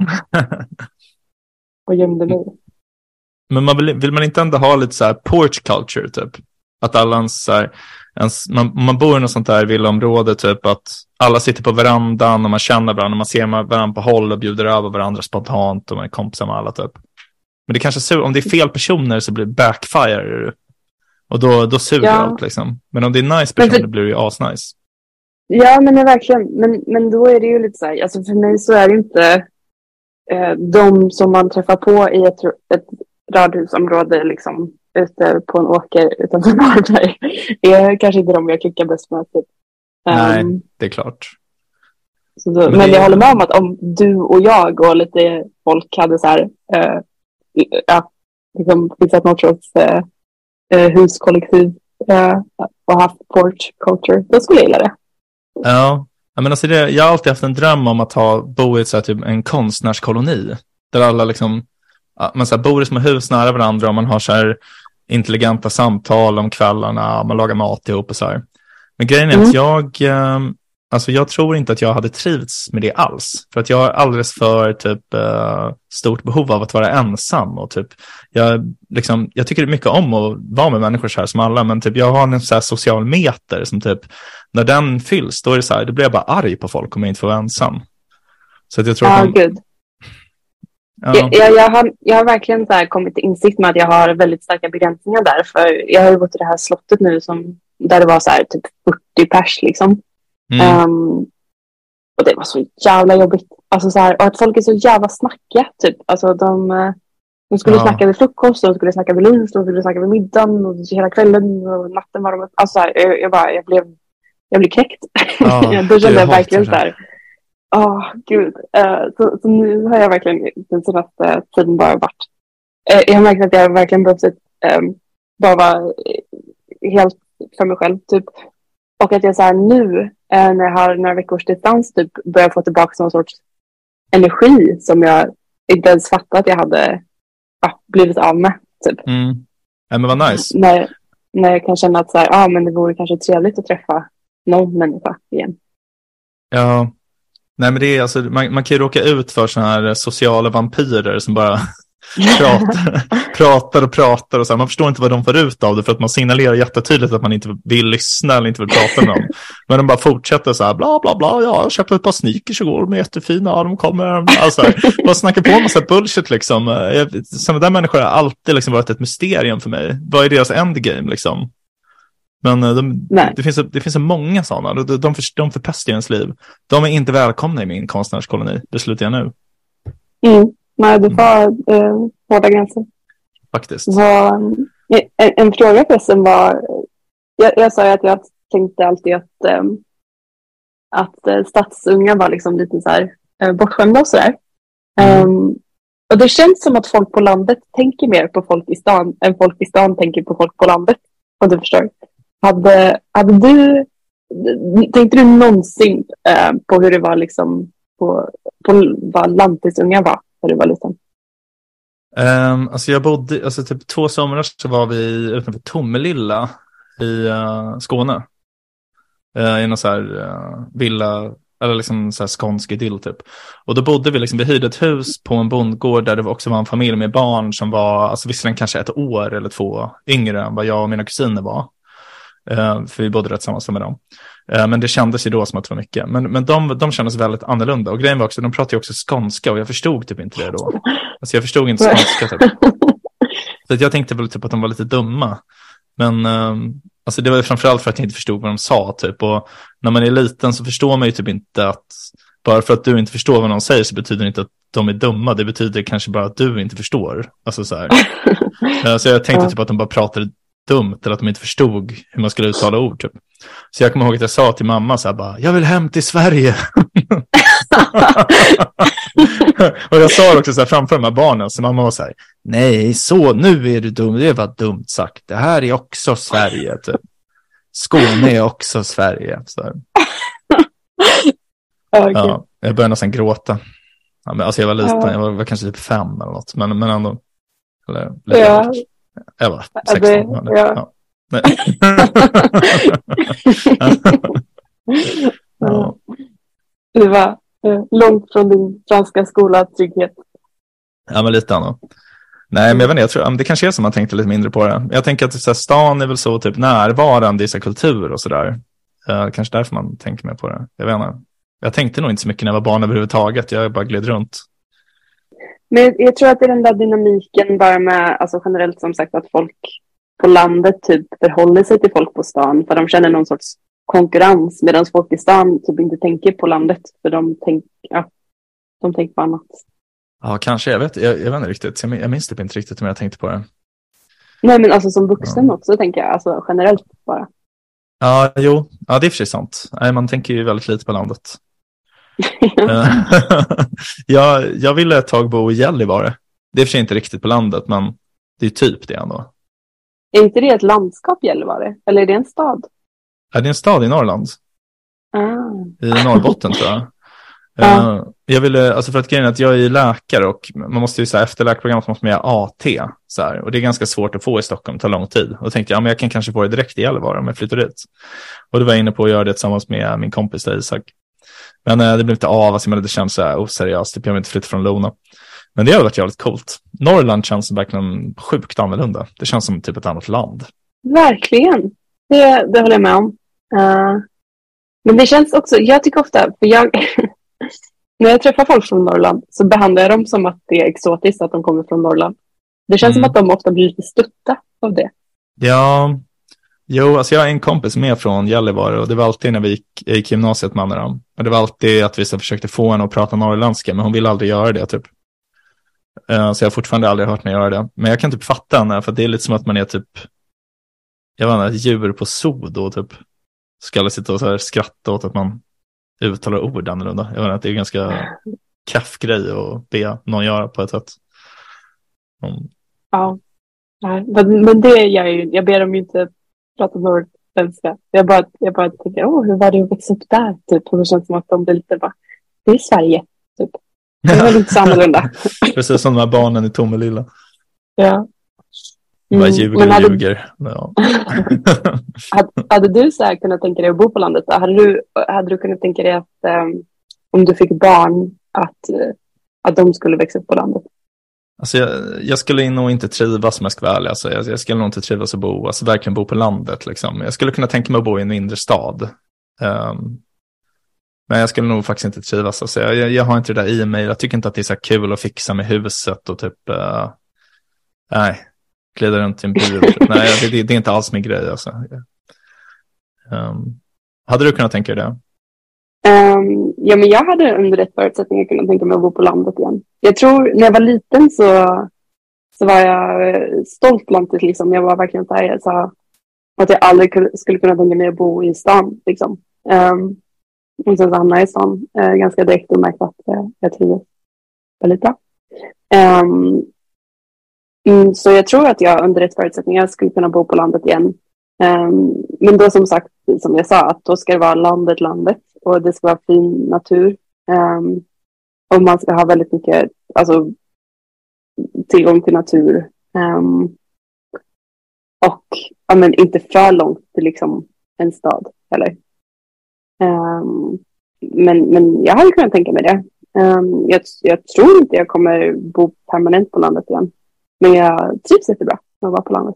Och gömde mig. Men vill man inte ändå ha lite så här porch culture typ? Att alla man bor i något sånt där villaområde typ, att alla sitter på verandan och man känner varandra, man ser varandra på håll och bjuder över varandra spontant och man är kompisar med alla typ. Men det kanske om det är fel personer så blir det backfire och då suger allt liksom. Men om det är nice personer blir det ju asnice. Ja, men det är verkligen. Men då är det ju lite så här, alltså för mig så är det inte de som man träffar på i ett radhusområde liksom ute på en åker utanför Varberg är kanske inte de jag klickar bäst med. Typ. Nej, det är klart. Men jag håller med om att om du och jag och lite folk hade så här liksom fixat något sorts huskollektiv och haft porch culture, då skulle jag gilla det. Ja, men alltså jag har alltid haft en dröm om att bo i så här, typ en konstnärskoloni där alla liksom man så här, bor i små hus nära varandra och man har så här intelligenta samtal om kvällarna, man lagar mat ihop och så här. Men grejen är att jag tror inte att jag hade trivts med det alls. För att jag har alldeles för typ stort behov av att vara ensam. Och typ, jag tycker mycket om att vara med människor så här som alla. Men typ, jag har en så här social meter som typ, när den fylls, då är det så här, då blir jag bara arg på folk om jag inte får vara ensam. Så att jag tror att gud. Ja. Jag har verkligen så här kommit till insikt med att jag har väldigt starka begränsningar där. För jag har ju gått till det här slottet nu där det var så här typ 40 pers liksom. Och det var så jävla jobbigt. Alltså så här, och att folk är så jävla snackiga typ. Alltså de skulle snacka vid frukost, de skulle snacka vid lunch, de skulle snacka vid middagen och hela kvällen och natten var de. Alltså så här, jag blev knäckt. Då kände jag verkligen så här. Gud. Så nu har jag verkligen den senaste tiden bara varit. Jag har märkt att jag verkligen behövt bara vara helt för mig själv typ. Och att jag så här nu när jag har några veckors distans typ börjar få tillbaka någon sorts energi som jag inte ens fattat att jag hade blivit av med typ. Ja, men vad nice. När jag kan känna att så här, men det vore kanske trevligt att träffa någon människa igen. Ja. Nej, men det är alltså, man kan ju råka ut för såna här sociala vampyrer som bara pratar och så här. Man förstår inte vad de får ut av det för att man signalerar jättetydligt att man inte vill lyssna eller inte vill prata med dem. Men de bara fortsätter så här, bla bla bla, jag köpte ett par sneakers igår, de är jättefina, de kommer, alltså bara snackar på en massa bullshit liksom. Sådana där människor har alltid liksom varit ett mysterium för mig. Vad är deras endgame liksom? Men det finns så många sådana. De förpestar ens liv. De är inte välkomna i min konstnärskoloni. Beslutar jag nu. Nej, det var hårda gränser. Faktiskt. En fråga förresten var... Jag sa ju att jag tänkte alltid att stadsunga var liksom lite så här bortskämda och sådär. Och det känns som att folk på landet tänker mer på folk i stan än folk i stan tänker på folk på landet. Om du förstår. Tänkte du någonsin på hur det var liksom på vad lantisunga var när du var liten? Alltså jag bodde, alltså typ 2 somrar så var vi utanför Tomelilla i Skåne. I någon så här villa, eller liksom så här skånsk idyll typ. Och då bodde vi liksom, vi hyrde ett hus på en bondgård där det också var en familj med barn som var, alltså visserligen kanske 1 år eller 2 yngre än vad jag och mina kusiner var. För vi bodde rätt tillsammans med dem. Men det kändes ju då som att det var mycket. Men de kändes väldigt annorlunda. Och grejen var också, de pratade ju också skånska och jag förstod typ inte det då. Alltså jag förstod inte skånska typ. Så att jag tänkte väl typ att de var lite dumma. Men alltså det var ju framförallt för att jag inte förstod vad de sa typ. Och när man är liten så förstår man ju typ inte att bara för att du inte förstår vad någon säger så betyder det inte att de är dumma. Det betyder kanske bara att du inte förstår. Alltså så här. Så jag tänkte typ att de bara pratade dumt eller att de inte förstod hur man skulle uttala ord typ. Så jag kommer ihåg att jag sa till mamma så här bara, jag vill hem till Sverige. Och jag sa också så här framför de här barnen, så mamma var så här, nej, så nu är du dum, det var dumt sagt. Det här är också Sverige typ. Skåne är också Sverige så här. Okay. Ja, jag började nästan gråta. Ja, men alltså jag var liten, jag var kanske typ 5 eller något, men ändå eller lite. Jag var 16. Ja. Ja. Det var långt från din franska skola trygghet. Ja, men lite ändå. Nej, men jag vet inte, jag tror det kanske är som man tänkte lite mindre på det. Jag tänker att så här, stan är väl så typ närvarande i så kultur och sådär. Kanske därför man tänker mer på det. Jag vet inte. Jag tänkte nog inte så mycket när jag var barn överhuvudtaget. Jag bara gled runt. Men jag tror att det är den där dynamiken bara med, alltså generellt som sagt, att folk på landet typ förhåller sig till folk på stan för de känner någon sorts konkurrens, medan folk i stan typ inte tänker på landet, för de tänker på annat. Ja, kanske. Jag vet inte riktigt. Jag minns typ inte riktigt om jag tänkte på det. Nej, men alltså som vuxen också tänker jag, alltså generellt bara. Ja, jo. Ja, det är för sig sant. Nej, man tänker ju väldigt lite på landet. Jag ville ett tag bo i Gällivare. Det är för sig inte riktigt på landet, men det är typ det ändå. Är inte det ett landskap, Gällivare? Eller är det en stad? Ja, det är en stad i Norrland. I Norrbotten tror jag. Jag ville, alltså för att grejen är att jag är läkare och man måste ju så här, efter läkarprogrammet måste man göra AT så här, och det är ganska svårt att få i Stockholm, det tar lång tid. Och då tänkte jag, men jag kan kanske få det direkt i Gällivare om jag flyttar dit. Och då var jag inne på att göra det tillsammans med min kompis där, Isak. Men det blev inte av, alltså, men det känns så här oseriöst, typ jag vill inte flytta från Lona. Men det har varit jävligt coolt. Norrland känns verkligen sjukt annorlunda. Det känns som typ ett annat land. Verkligen, det håller jag med om. Men det känns också, jag tycker ofta, för när jag träffar folk från Norrland så behandlar jag dem som att det är exotiskt att de kommer från Norrland. Det känns som att de ofta blir lite stötta av det. Ja, jo, alltså jag har en kompis med från Gällivare och det var alltid när vi gick gymnasiet med dem. Och det var alltid att vi så försökte få henne att prata norrländska, men hon ville aldrig göra det typ. Så jag har fortfarande aldrig hört henne göra det. Men jag kan typ fatta henne, för det är lite som att man är typ, jag vet inte, djur på zoo då typ. Ska sitta och så här skratta åt att man uttalar ord annorlunda. Jag vet inte, det är en ganska kaff grej att be någon göra på ett sätt. Ja, men det gör jag ju. Jag ber dem ju inte prata norrländska. Jag bara tänker, hur var det att växa upp där? Typ. Och det känns som att de blir lite bara, det är Sverige. Typ. Det är väl inte så annorlunda. Precis som de här barnen i Tomelilla. Ja. Bara ljuger. Ja. hade du så här kunnat tänka dig att bo på landet? Hade du kunnat tänka dig att om du fick barn att de skulle växa upp på landet? Alltså jag skulle nog inte trivas, om jag ska vara ärlig. Alltså jag skulle nog inte trivas att verkligen bo på landet. Liksom. Jag skulle kunna tänka mig att bo i en mindre stad. Men jag skulle nog faktiskt inte trivas. Alltså jag har inte det där i mig. Jag tycker inte att det är så här kul att fixa med huset och typ... nej, glida runt i en bil. Nej, det är inte alls min grej. Alltså. Hade du kunnat tänka dig det? Ja, men jag hade under rätt förutsättningar kunnat tänka mig att bo på landet igen. Jag tror när jag var liten så var jag stolt landet. Liksom. Jag var verkligen där. Jag sa att jag aldrig skulle kunna tänka mig att bo i stan. Liksom. Och sen så hamnade jag i stan ganska direkt och märkte att jag trivdes väldigt bra. Så jag tror att jag under rätt förutsättningar skulle kunna bo på landet igen. Men då som sagt, som jag sa, att då ska det vara landet och det ska vara fin natur. Och man ska ha väldigt mycket tillgång till natur. Och men inte för långt till liksom en stad heller. Men jag hade kunnat tänka mig det. Jag tror inte jag kommer bo permanent på landet igen. Men jag trivs jättebra med att vara på landet.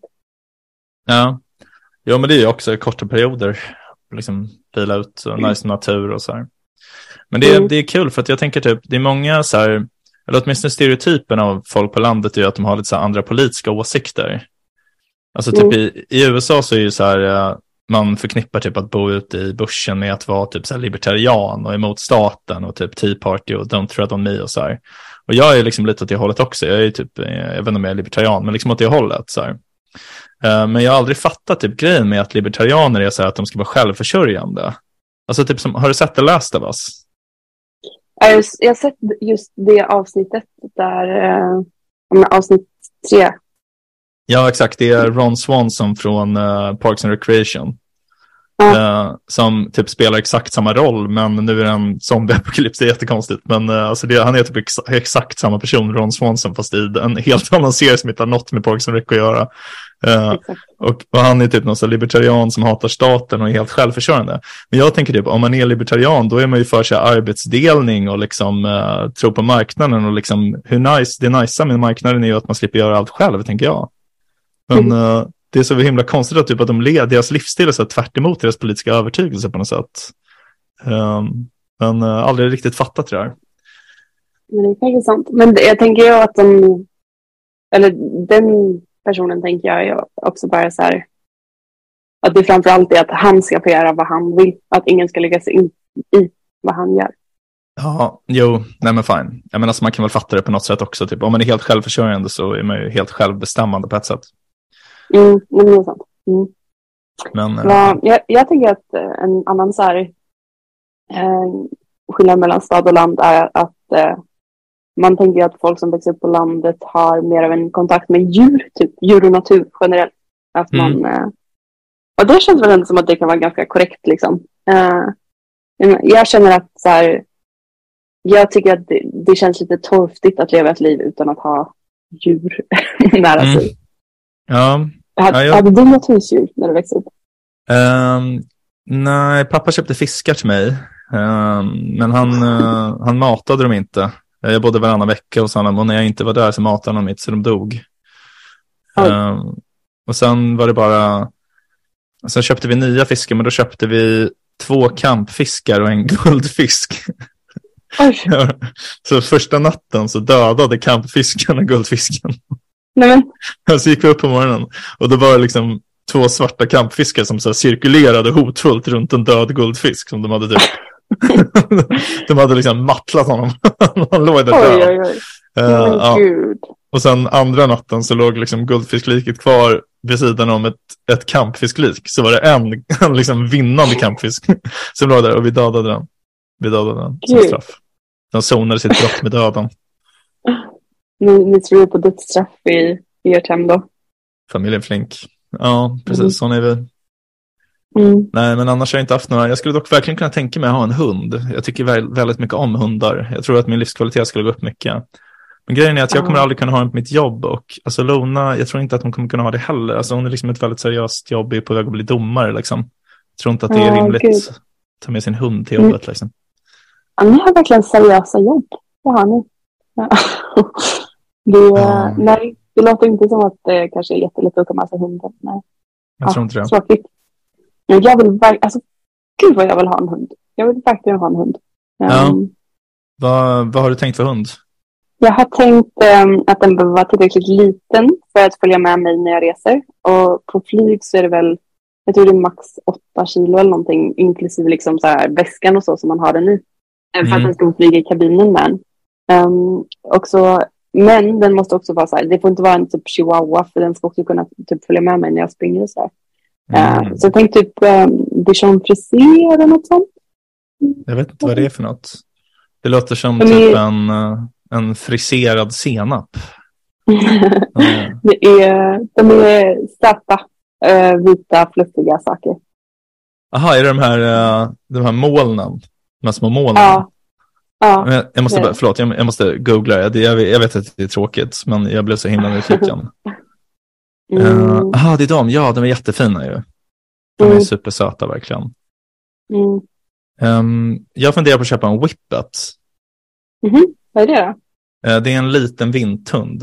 Ja, men det är ju också korta perioder. Liksom bila ut och nice natur och så här. Men det är kul för att jag tänker typ, det är många så här, eller åtminstone stereotypen av folk på landet är ju att de har lite så här andra politiska åsikter. Alltså typ i USA så är ju så här, man förknippar typ att bo ute i bushen med att vara typ så här libertarian och emot staten och typ Tea Party och Don't Tread on Me och så här. Och jag är liksom lite åt det hållet också. Jag är typ, jag vet inte om jag är libertarian, men liksom åt det hållet så här. Men jag har aldrig fattat typ grejen med att libertarianer är så här att de ska vara självförsörjande. Alltså typ som, har du sett det läst av oss? Jag har sett just det avsnittet där, avsnitt 3. Ja, exakt. Det är Ron Swanson från Parks and Recreation. Som typ spelar exakt samma roll, men nu är det en zombieapokalyps. Det är jättekonstigt, men alltså han är typ exakt samma person, Ron Swanson, fast i en helt annan serie som inte har något med Parks and Rec att göra. Och han är typ någon sån libertarian som hatar staten och är helt självförsörjande. Men jag tänker typ, om man är libertarian, då är man ju för sig arbetsdelning och liksom tro på marknaden och liksom hur nice, det nice med marknaden är ju att man slipper göra allt själv, tänker jag. Men det är så himla konstigt att, typ, att deras livsstil är så tvärt emot deras politiska övertygelse på något sätt. Men aldrig riktigt fattat det där. Men det är faktiskt sant. Men jag tänker ju att den personen tänker jag också bara så här, Att det framförallt är att han ska få göra vad han vill. Att ingen ska lägga sig in i vad han gör. Ja, jo, nej men fine. Jag menar, alltså, man kan väl fatta det på något sätt också. Typ. Om man är helt självförsörjande så är man ju helt självbestämmande på ett sätt. Men det är sant. Men, jag tänker att en annan så här skillnad mellan stad och land är att man tänker att folk som växer upp på landet har mer av en kontakt med djur, typ djur och natur generellt. Att man, och det känns väl ändå som att det kan vara ganska korrekt liksom. Jag känner att så här, jag tycker att det känns lite torftigt att leva ett liv utan att ha djur nära sig. Ja. Hade du något husdjur när du växte upp? Nej, pappa köpte fiskar till mig. Men han matade dem inte. Jag bodde varannan vecka hos honom och när jag inte var där så matade han dem inte så de dog. Och sen var det bara... Sen köpte vi nya fiskar, men då köpte vi 2 kampfiskar och en guldfisk. Så första natten så dödade kampfisken och guldfisken. Nej. Och så gick vi upp på morgonen och då var det liksom 2 svarta kampfiskar som så cirkulerade hotfullt runt en död guldfisk som de hade typ. De hade liksom mattlat honom. Han låg där död. Gud. Och sen andra natten så låg liksom guldfiskliket kvar vid sidan om ett kampfisklik. Så var det en liksom vinnande kampfisk som låg där och vi dödade den. Som straff. De sonade sitt brott med döden. Ni tror på dödsstraff i ert hem då? Familjen Flink. Ja, precis. Sån är vi. Nej, men annars har jag inte haft några. Jag skulle dock verkligen kunna tänka mig att ha en hund. Jag tycker väldigt mycket om hundar. Jag tror att min livskvalitet skulle gå upp mycket. Men grejen är att jag kommer aldrig kunna ha den på mitt jobb. Och alltså Lona, jag tror inte att hon kommer kunna ha det heller. Alltså hon är liksom ett väldigt seriöst jobb, är på väg att bli domare liksom. Jag tror inte att det är rimligt att ta med sin hund till jobbet liksom. Ja, ni har verkligen seriösa jobb. Det har ni. Nej, det låter inte som att det kanske är jättelätt att ta med sig hunden. Nej. Jag tror inte det. Svårigt. Jag vill gud vad jag vill ha en hund. Jag vill verkligen ha en hund. Vad har du tänkt för hund? Jag har tänkt att den behöver vara tillräckligt liten för att följa med mig när jag reser. Och på flyg så är det väl, jag tror det är max 8 kilo eller någonting, inklusive liksom så här väskan och så som man har den i. För att den ska flyga i kabinen med den. Men den måste också vara så här, det får inte vara en typ chihuahua för den ska också kunna typ följa med mig när jag springer och så här. Så jag tänkte typ Bichon Frisé eller något sånt. Jag vet inte vad det är för något. Det låter som typ en friserad senap. De är söta, vita, fluffiga saker. Aha, är det de här molnen? De här små molnen? Ja. Jag måste jag måste googla det. Jag vet att det är tråkigt, men jag blev så himla nyfiken. Det är de. Ja, de är jättefina ju. De är supersöta verkligen. Jag funderar på att köpa en Whippet. Vad är det då? Det är en liten vinthund.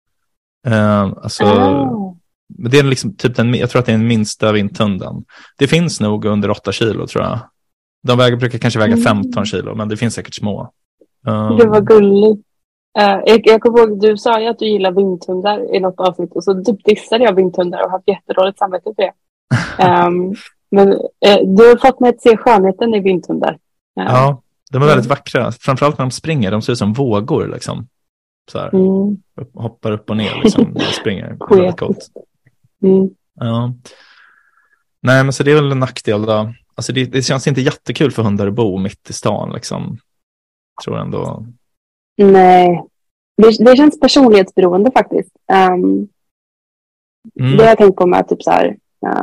Det är liksom typ jag tror att det är den minsta vinthunden. Det finns nog under 8 kilo tror jag. De brukar kanske väga 15 kilo, men det finns säkert små. Det var gulligt. Jag kommer ihåg, du sa ju att du gillar vinthundar i något avsnitt och så typ dissade jag vinthundar och haft jättedåligt samvete för det. Men du har fått mig att se skönheten i vinthundar. Ja, de är väldigt vackra. Framförallt när de springer, de ser ut som vågor liksom. Så här, hoppar upp och ner liksom, när de springer. Väldigt coolt. Ja. Nej, men så det är väl en nackdel då. Alltså det känns inte jättekul för hundar att bo mitt i stan liksom. Tror ändå. Nej, det känns personlighetsberoende faktiskt. Det har jag tänkt på med typ så här.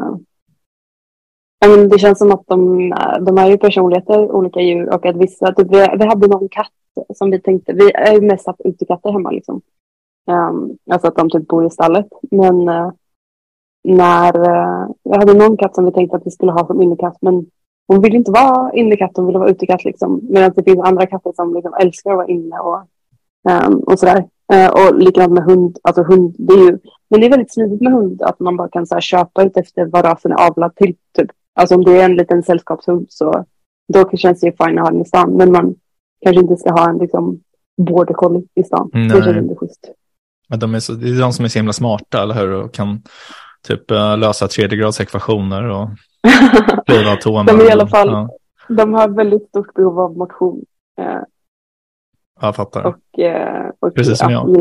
Det känns som att de har ju personligheter, olika djur, och att vissa, typ, vi hade någon katt som vi tänkte, vi är ju mest haft utekatter hemma liksom. Alltså att de typ bor i stallet. Men när jag hade någon katt som vi tänkte att vi skulle ha som innekatt, men hon ville inte vara innekatt, hon ville vara utekatt liksom. Medan det finns andra katter som liksom älskar att vara inne och sådär. Och likadant med hund, alltså hund, det är ju, men det är väldigt smidigt med hund att man bara kan så här köpa ut efter vad rasen är avlad till typ. Alltså om det är en liten sällskapshund så då känns det ju fint att ha den i stan, men man kanske inte ska ha en liksom border collie i stan. Nej. Det känns inte schysst. Men det är de som är så himla smarta, eller hur? Och kan typ lösa tredjegradsekvationer och kliva tårna. De är i alla fall, de har väldigt stort behov av motion. Jag fattar. Och precis som jag.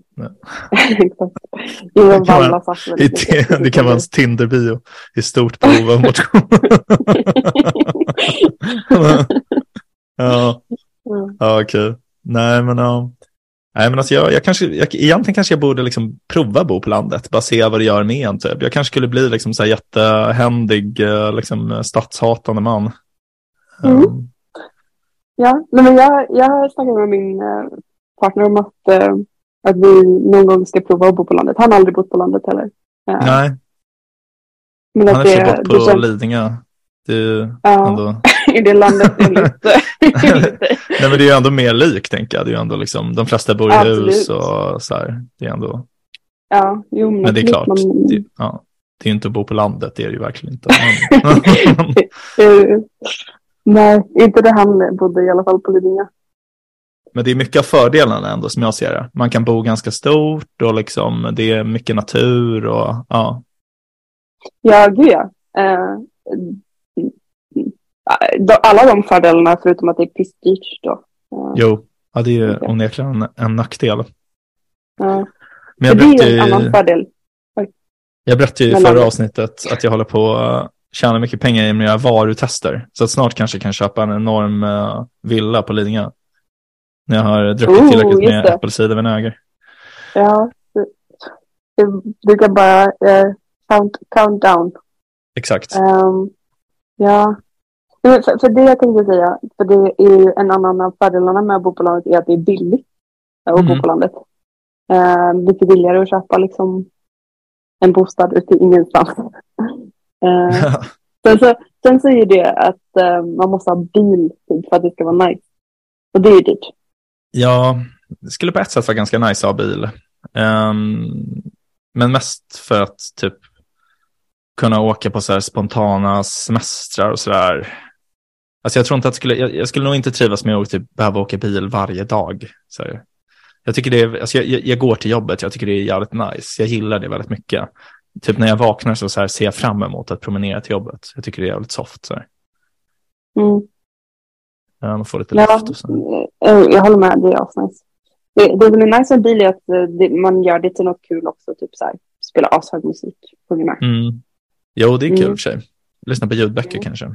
Det kan vara en Tinder-bio i stort behov av motion. Ja, okej. Nej, men alltså egentligen kanske jag borde liksom prova bo på landet. Bara se vad det gör med en typ. Jag kanske skulle bli liksom så här jättehändig liksom stadshatande man. Ja, men jag har snackat med min partner om att vi någon gång ska prova att bo på landet. Han har aldrig bott på landet heller. Nej. Men han är bott på Lidingö. Ändå... I det landet är lite... Nej, men det är ju ändå mer lik, tänker jag. Det är ju ändå liksom, de flesta bor i hus och så här. Det är ändå... Ja, jo, men det är klart. Det är ju inte att bo på landet, det är det ju verkligen inte. Nej, inte det han bodde i alla fall på Lidingö. Men det är mycket av fördelarna ändå som jag ser det. Man kan bo ganska stort och liksom det är mycket natur och ja. Ja, gud ja. Alla de fördelarna förutom att det är pissdyrt då. Jo, ja, det är ju onekligen en nackdel. Ja. Men det är ju en annan fördel. Jag berättade ju i förra avsnittet att jag håller på att tjäna mycket pengar i mina varutester. Så att snart kanske kan köpa en enorm villa på Lidingö. När jag har druckit tillräckligt med äppelcidervinäger. Ja, du kan bara count down. Exakt. Ja, för det jag tänkte säga, för det är ju en annan av fördelarna med att bo på landet är att det är billigt att bo på landet. Lite billigare att köpa liksom en bostad ute i ingenstans. Sen så är det att man måste ha bil för att det ska vara nice. Och det är dyrt. Ja, det skulle på ett sätt vara ganska nice att ha bil. Men mest för att typ kunna åka på så här spontana semestrar och sådär. Alltså jag tror inte att jag skulle nog inte trivas med att typ behöva åka bil varje dag. Så jag tycker det är, alltså jag går till jobbet, jag tycker det är jävligt nice. Jag gillar det väldigt mycket. Typ när jag vaknar så här ser jag fram emot att promenera till jobbet. Jag tycker det är jävligt soft så här. Man får lite luft och så. Jag håller med, det är asnice. Det är väl nice med bil är att man gör det till något kul också, typ så här, spela ashög musik på gymmet. Jo, det är kul för sig. Lyssna på ljudböcker kanske.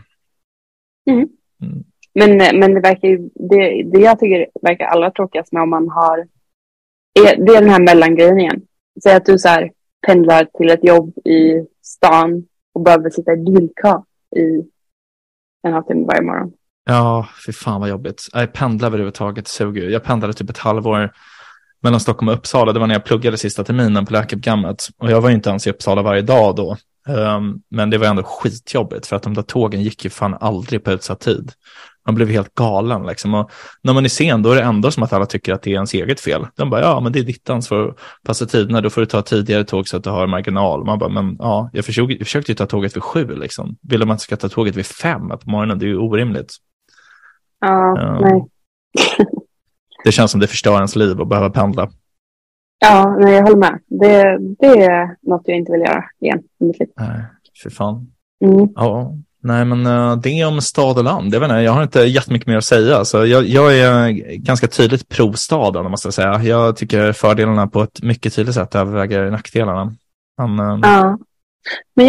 Men det verkar ju, det jag tycker verkar allra tråkigast med om man har det är den här mellangrejen igen. Säg att du så här pendlar till ett jobb i stan och behöver sitta i bilkö i en halvtimme varje morgon. Ja, för fan vad jobbigt. Jag pendlar överhuvudtaget suger. Jag pendlade typ ett halvår mellan Stockholm och Uppsala. Det var när jag pluggade sista terminen på läkarprogrammet. Och jag var ju inte ens i Uppsala varje dag då. Men det var ändå skitjobbigt för att de där tågen gick ju fan aldrig på utsatt tid. Man blev helt galen liksom. Och när man är sen då är det ändå som att alla tycker att det är ens eget fel. De bara, ja men det är ditt ansvar att passa tiderna. Då får du ta tidigare tåg så att du har marginal. Man bara, men ja, jag försökte ju ta tåget vid 7 liksom. Vill man ska ta tåget vid 5 på morgonen? Det är ju orimligt. Nej. Det känns som det förstör ens liv att behöva pendla. Ja, nej, jag håller med. Det är något jag inte vill göra igen i mitt liv. Nej, för fan. Ja, nej men det är om stad och land. Jag har inte jättemycket mer att säga. Så jag är ganska tydligt pro-staden, måste jag säga. Jag tycker fördelarna på ett mycket tydligt sätt överväger nackdelarna. Ja, men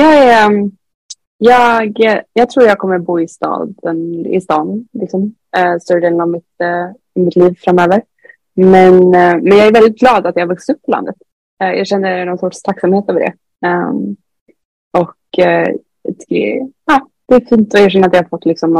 jag tror jag kommer bo i stan liksom, större delen av mitt liv framöver. Men jag är väldigt glad att jag vuxit upp på landet. Jag känner någon sorts tacksamhet över det. Det är fint att erkänna att jag har fått liksom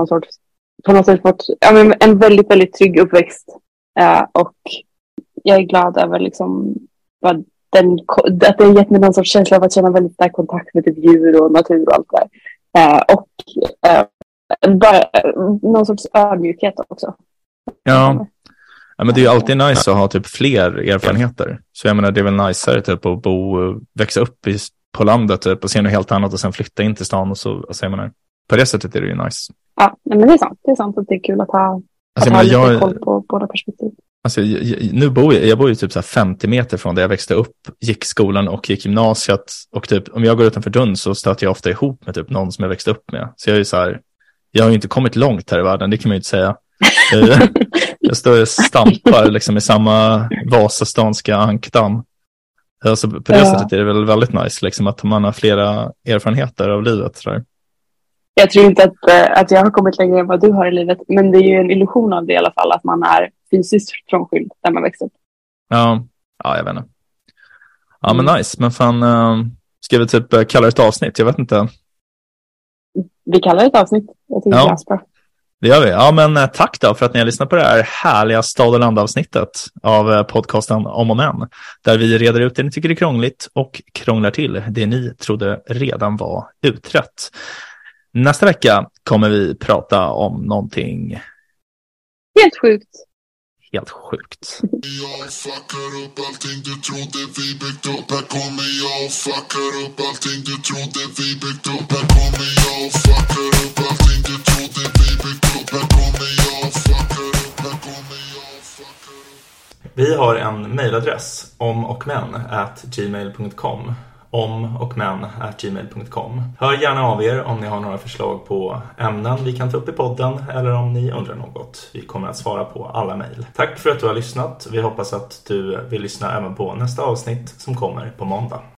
en väldigt, väldigt trygg uppväxt. Och jag är glad över liksom att det har gett mig någon sorts känsla av att känna väldigt stark kontakt med typ djur och natur och allt det där. Och bara någon sorts ödmjukhet också. Ja, men det är ju alltid nice att ha typ fler erfarenheter. Så jag menar, det är väl niceare typ att växa upp på landet typ, och se något helt annat och sen flytta in till stan och så jag menar, på det sättet är det ju nice. Ja, men det är sant. Det är sant att det är kul att ha lite koll på båda perspektiv. Alltså, nu bor jag bor ju typ så här 50 meter från där jag växte upp, gick skolan och gick gymnasiet. Och typ, om jag går utanför dörren så stöter jag ofta ihop med typ någon som jag växte upp med. Så jag är ju så här, jag har ju inte kommit långt här i världen, det kan man ju inte säga. Jag står och stampar liksom i samma vasastanska ankdamm. Alltså, på det sättet är det väl väldigt nice liksom, att man har flera erfarenheter av livet. Så där. Jag tror inte att jag har kommit längre än vad du har i livet. Men det är ju en illusion av det i alla fall. Att man är fysiskt frånskild där man växer upp. Ja, jag vet inte. Ja, men nice. Men fan, ska vi typ kalla det ett avsnitt? Jag vet inte. Vi kallar det ett avsnitt. Jag tycker det är bra. Det gör vi. Ja, men tack då för att ni har lyssnat på det här härliga Stad och land-avsnittet av podcasten Om och Men. Där vi reder ut det ni tycker är krångligt och krånglar till det ni trodde redan var utrett. Nästa vecka kommer vi prata om någonting helt sjukt. Jag fuckar upp allting du trodde vi byggt upp. Här kommer jag och fuckar upp allting du trodde vi byggt upp. Här kommer jag och fuckar upp allting du trodde vi byggt upp. Här kommer jag och fuckar upp. Här kommer jag och fuckar upp. Vi har en mejladress omochmän@gmail.com omochmän@gmail.com. Hör gärna av er om ni har några förslag på ämnen vi kan ta upp i podden eller om ni undrar något. Vi kommer att svara på alla mejl. Tack för att du har lyssnat. Vi hoppas att du vill lyssna även på nästa avsnitt som kommer på måndag.